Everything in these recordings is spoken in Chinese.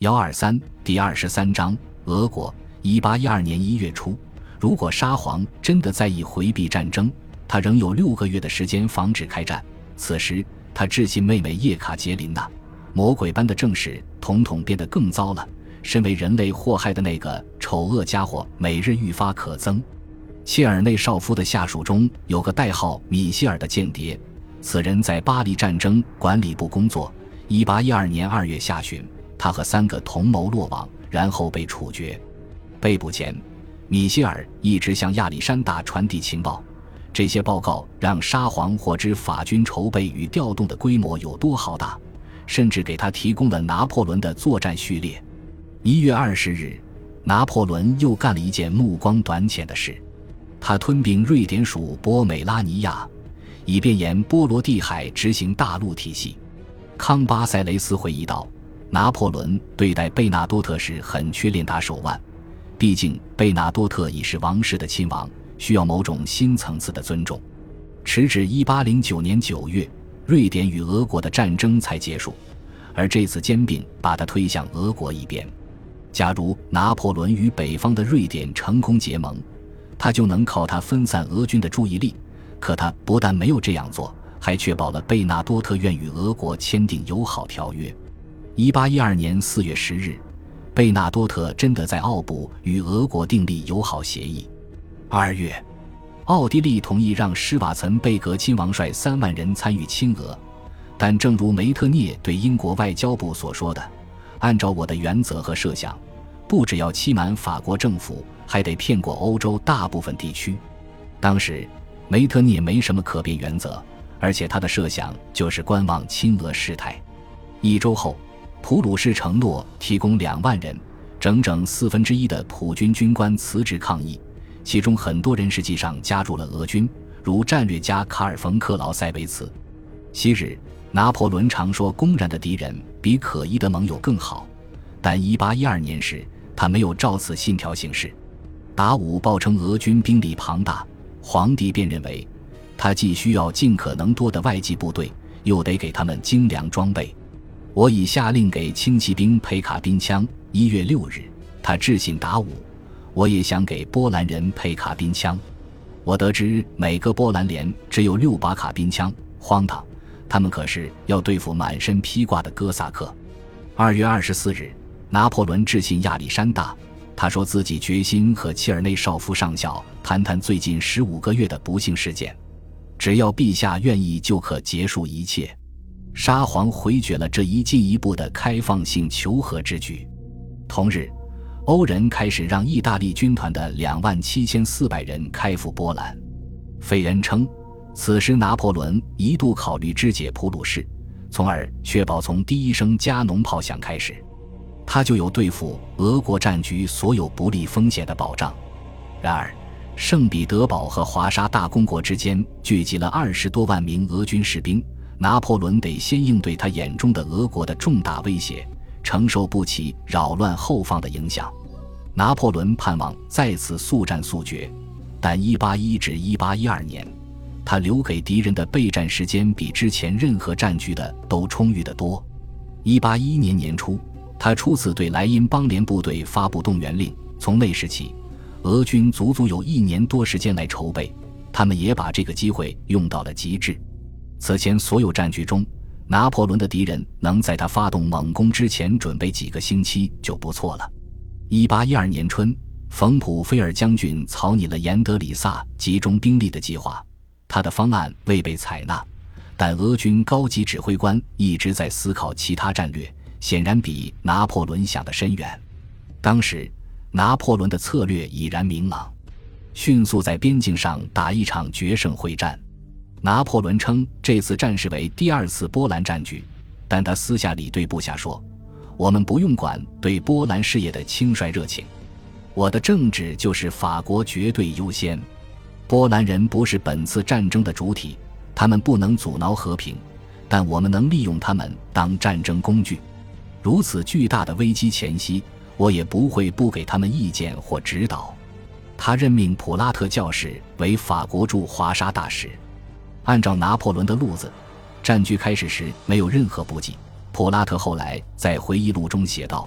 123第23章俄国。1812年1月初，如果沙皇真的在意回避战争，他仍有6个月的时间防止开战。此时他致信妹妹叶卡捷琳娜，魔鬼般的正事统统变得更糟了。身为人类祸害的那个丑恶家伙每日愈发可憎。切尔内绍夫的下属中有个代号米歇尔的间谍，此人在巴黎战争管理部工作。1812年2月下旬，他和3个同谋落网，然后被处决。被捕前，米歇尔一直向亚历山大传递情报，这些报告让沙皇获知法军筹备与调动的规模有多浩大，甚至给他提供了拿破仑的作战序列。1月20日，拿破仑又干了一件目光短浅的事，他吞并瑞典属波美拉尼亚，以便沿波罗的海执行大陆体系。康巴塞雷斯回忆道，拿破仑对待贝纳多特时很缺练达手腕，毕竟贝纳多特已是王室的亲王，需要某种新层次的尊重。直至1809年9月，瑞典与俄国的战争才结束，而这次兼并把他推向俄国一边。假如拿破仑与北方的瑞典成功结盟，他就能靠他分散俄军的注意力，可他不但没有这样做，还确保了贝纳多特愿与俄国签订友好条约。1812年4月10日，贝纳多特真的在奥布与俄国订立友好协议。2月，奥地利同意让施瓦岑贝格亲王率3万人参与亲俄，但正如梅特涅对英国外交部所说的，按照我的原则和设想，不只要欺瞒法国政府，还得骗过欧洲大部分地区。当时梅特涅没什么可变原则，而且他的设想就是观望亲俄事态。1周后，普鲁士承诺提供2万人，整整1/4的普军军官辞职抗议，其中很多人实际上加入了俄军，如战略家卡尔·冯·克劳塞维茨。昔日拿破仑常说公然的敌人比可疑的盟友更好，但1812年时他没有照此信条行事。达武报称俄军兵力庞大，皇帝便认为他既需要尽可能多的外籍部队，又得给他们精良装备。我已下令给轻骑兵配卡宾枪。1月6日，他致信达武，我也想给波兰人配卡宾枪。我得知每个波兰连只有6把卡宾枪，荒唐，他们可是要对付满身披挂的哥萨克。2月24日，拿破仑致信亚历山大，他说自己决心和切尔内绍夫上校谈谈最近15个月的不幸事件，只要陛下愿意就可结束一切。沙皇回绝了这一进一步的开放性求和之举。同日，欧人开始让意大利军团的27400人开赴波兰。费恩称，此时拿破仑一度考虑肢解普鲁士，从而确保从第一声加农炮响开始，他就有对付俄国战局所有不利风险的保障。然而，圣彼得堡和华沙大公国之间聚集了20多万名俄军士兵，拿破仑得先应对他眼中的俄国的重大威胁，承受不起扰乱后方的影响。拿破仑盼望再次速战速决，但181至1812年，他留给敌人的备战时间比之前任何战局的都充裕得多。181年年初，他初次对莱茵邦联部队发布动员令，从那时起，俄军足足有1年多时间来筹备，他们也把这个机会用到了极致。此前所有战局中，拿破仑的敌人能在他发动猛攻之前准备几个星期就不错了。1812年春，冯普菲尔将军草拟了沿德里萨集中兵力的计划，他的方案未被采纳，但俄军高级指挥官一直在思考其他战略，显然比拿破仑想得深远。当时拿破仑的策略已然明朗，迅速在边境上打一场决胜会战。拿破仑称这次战事为第2次波兰战局，但他私下里对部下说，我们不用管对波兰事业的轻率热情，我的政治就是法国绝对优先。波兰人不是本次战争的主体，他们不能阻挠和平，但我们能利用他们当战争工具。如此巨大的危机前夕，我也不会不给他们意见或指导。他任命普拉特教士为法国驻华沙大使。按照拿破仑的路子，战局开始时没有任何不济。普拉特后来在回忆录中写道，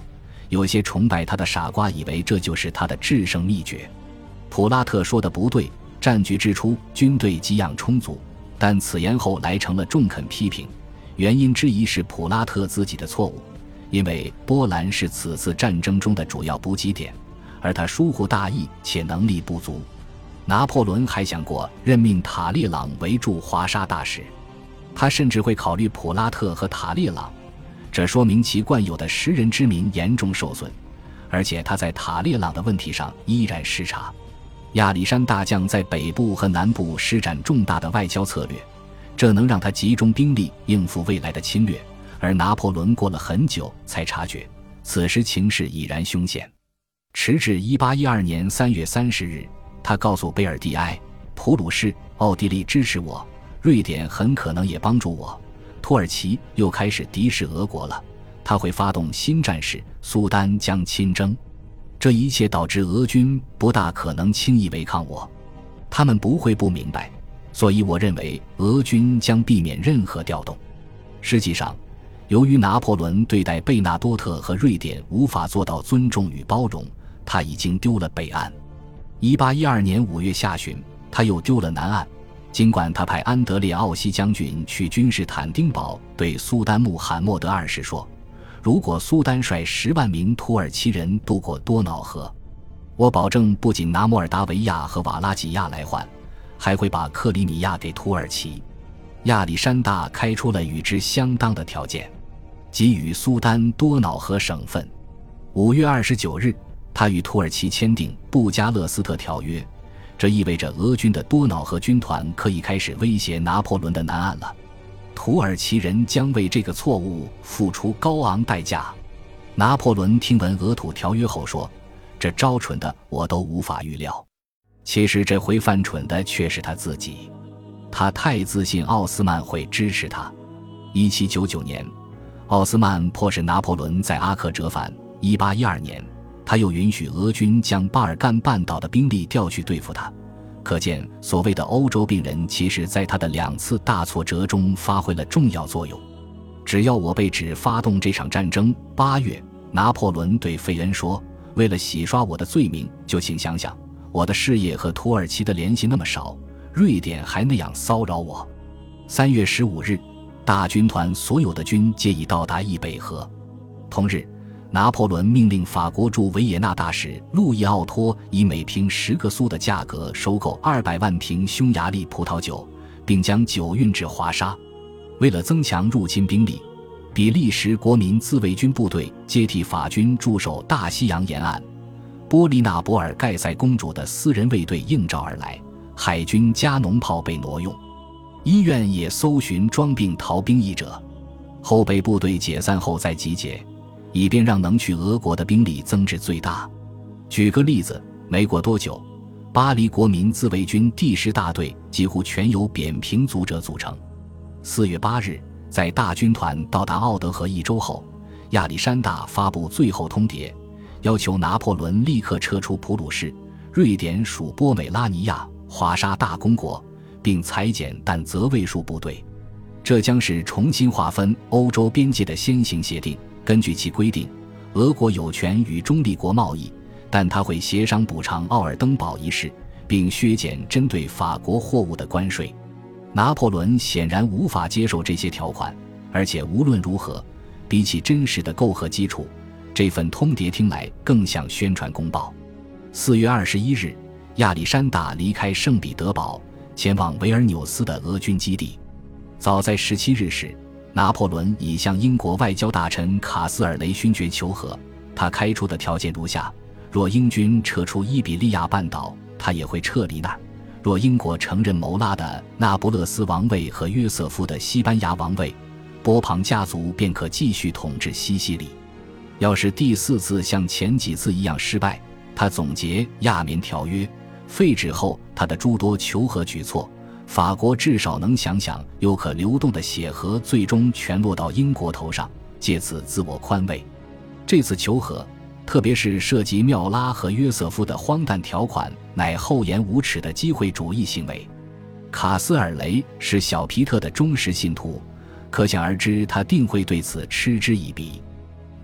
有些崇拜他的傻瓜以为这就是他的制胜秘诀。普拉特说的不对，战局之初军队给养充足，但此言后来成了中肯批评。原因之一是普拉特自己的错误，因为波兰是此次战争中的主要补给点，而他疏忽大意且能力不足。拿破仑还想过任命塔列朗为驻华沙大使，他甚至会考虑普拉特和塔列朗，这说明其惯有的识人之明严重受损，而且他在塔列朗的问题上依然失察。亚历山大将在北部和南部施展重大的外交策略，这能让他集中兵力应付未来的侵略，而拿破仑过了很久才察觉，此时情势已然凶险。迟至1812年3月30日，他告诉贝尔蒂埃、普鲁士、奥地利支持我，瑞典很可能也帮助我，土耳其又开始敌视俄国了，他会发动新战事，苏丹将亲征。这一切导致俄军不大可能轻易违抗我，他们不会不明白，所以我认为俄军将避免任何调动。实际上，由于拿破仑对待贝纳多特和瑞典无法做到尊重与包容，他已经丢了北岸。1812年5月下旬，他又丢了南岸。尽管他派安德烈奥西将军去君士坦丁堡对苏丹穆罕默德二世说，如果苏丹率10万名土耳其人渡过多瑙河，我保证不仅拿摩尔达维亚和瓦拉几亚来换，还会把克里米亚给土耳其。亚历山大开出了与之相当的条件，给予苏丹多瑙河省份。5月29日，他与土耳其签订布加勒斯特条约，这意味着俄军的多瑙河军团可以开始威胁拿破仑的南岸了。土耳其人将为这个错误付出高昂代价。拿破仑听闻俄土条约后说，这招蠢的我都无法预料。其实这回犯蠢的却是他自己，他太自信奥斯曼会支持他。1799年，奥斯曼迫使拿破仑在阿克折返。1812年，他又允许俄军将巴尔干半岛的兵力调去对付他。可见所谓的欧洲病人其实在他的2次大挫折中发挥了重要作用。只要我被指发动这场战争。8月，拿破仑对费恩说，为了洗刷我的罪名，就请想想，我的事业和土耳其的联系那么少，瑞典还那样骚扰我。3月15日，大军团所有的军皆已到达易北河。同日，拿破仑命令法国驻维也纳大使路易奥托以每瓶10个苏的价格收购200万瓶匈牙利葡萄酒，并将酒运至华沙。为了增强入侵兵力，比利时国民自卫军部队接替法军驻守大西洋沿岸，波利纳博尔盖塞公主的私人卫队应召而来，海军加农炮被挪用。医院也搜寻装病逃兵役者，后备部队解散后再集结，以便让能去俄国的兵力增至最大。举个例子，没过多久，巴黎国民自卫军第10大队几乎全由扁平足者组成。4月8日，在大军团到达奥德河1周后，亚历山大发布最后通牒，要求拿破仑立刻撤出普鲁士、瑞典属波美拉尼亚、华沙大公国，并裁减但择位数部队。这将是重新划分欧洲边界的先行协定。根据其规定，俄国有权与中立国贸易，但他会协商补偿奥尔登堡一事，并削减针对法国货物的关税。拿破仑显然无法接受这些条款，而且无论如何，比起真实的媾和基础，这份通牒听来更像宣传公报。4月21日，亚历山大离开圣彼得堡，前往维尔纽斯的俄军基地。早在17日时，拿破仑已向英国外交大臣卡斯尔雷勋爵求和，他开出的条件如下：若英军撤出伊比利亚半岛，他也会撤离那儿；若英国承认牟拉的那不勒斯王位和约瑟夫的西班牙王位，波旁家族便可继续统治西西里。要是第4次像前几次一样失败，他总结亚眠条约废止后他的诸多求和举措，法国至少能想想又可流动的血河最终全落到英国头上，借此自我宽慰。这次求和，特别是涉及缪拉和约瑟夫的荒诞条款，乃厚颜无耻的机会主义行为。卡斯尔雷是小皮特的忠实信徒，可想而知他定会对此嗤之以鼻。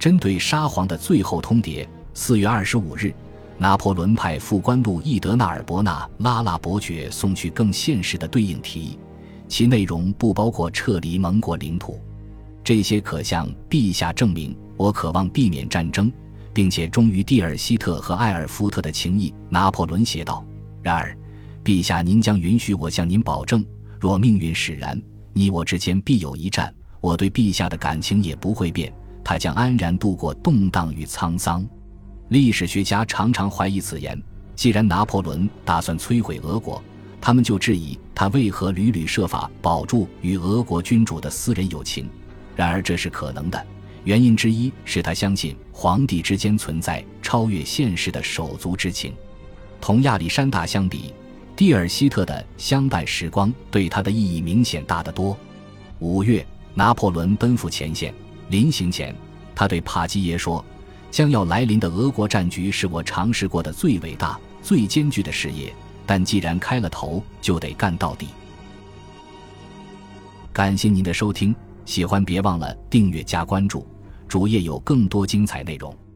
针对沙皇的最后通牒，4月25日，拿破仑派副官路易德纳尔伯纳拉拉伯爵送去更现实的对应提议，其内容不包括撤离盟国领土。这些可向陛下证明我渴望避免战争，并且忠于蒂尔希特和埃尔夫特的情谊，拿破仑写道。然而，陛下您将允许我向您保证，若命运使然，你我之间必有一战，我对陛下的感情也不会变，他将安然度过动荡与沧桑。历史学家常常怀疑此言，既然拿破仑打算摧毁俄国，他们就质疑他为何屡屡设法保住与俄国君主的私人友情。然而这是可能的，原因之一是他相信皇帝之间存在超越现实的手足之情。同亚历山大相比，蒂尔希特的相伴时光对他的意义明显大得多。5月，拿破仑奔赴前线，临行前，他对帕基耶说，将要来临的俄国战局是我尝试过的最伟大、最艰巨的事业，但既然开了头，就得干到底。感谢您的收听，喜欢别忘了订阅加关注，主页有更多精彩内容。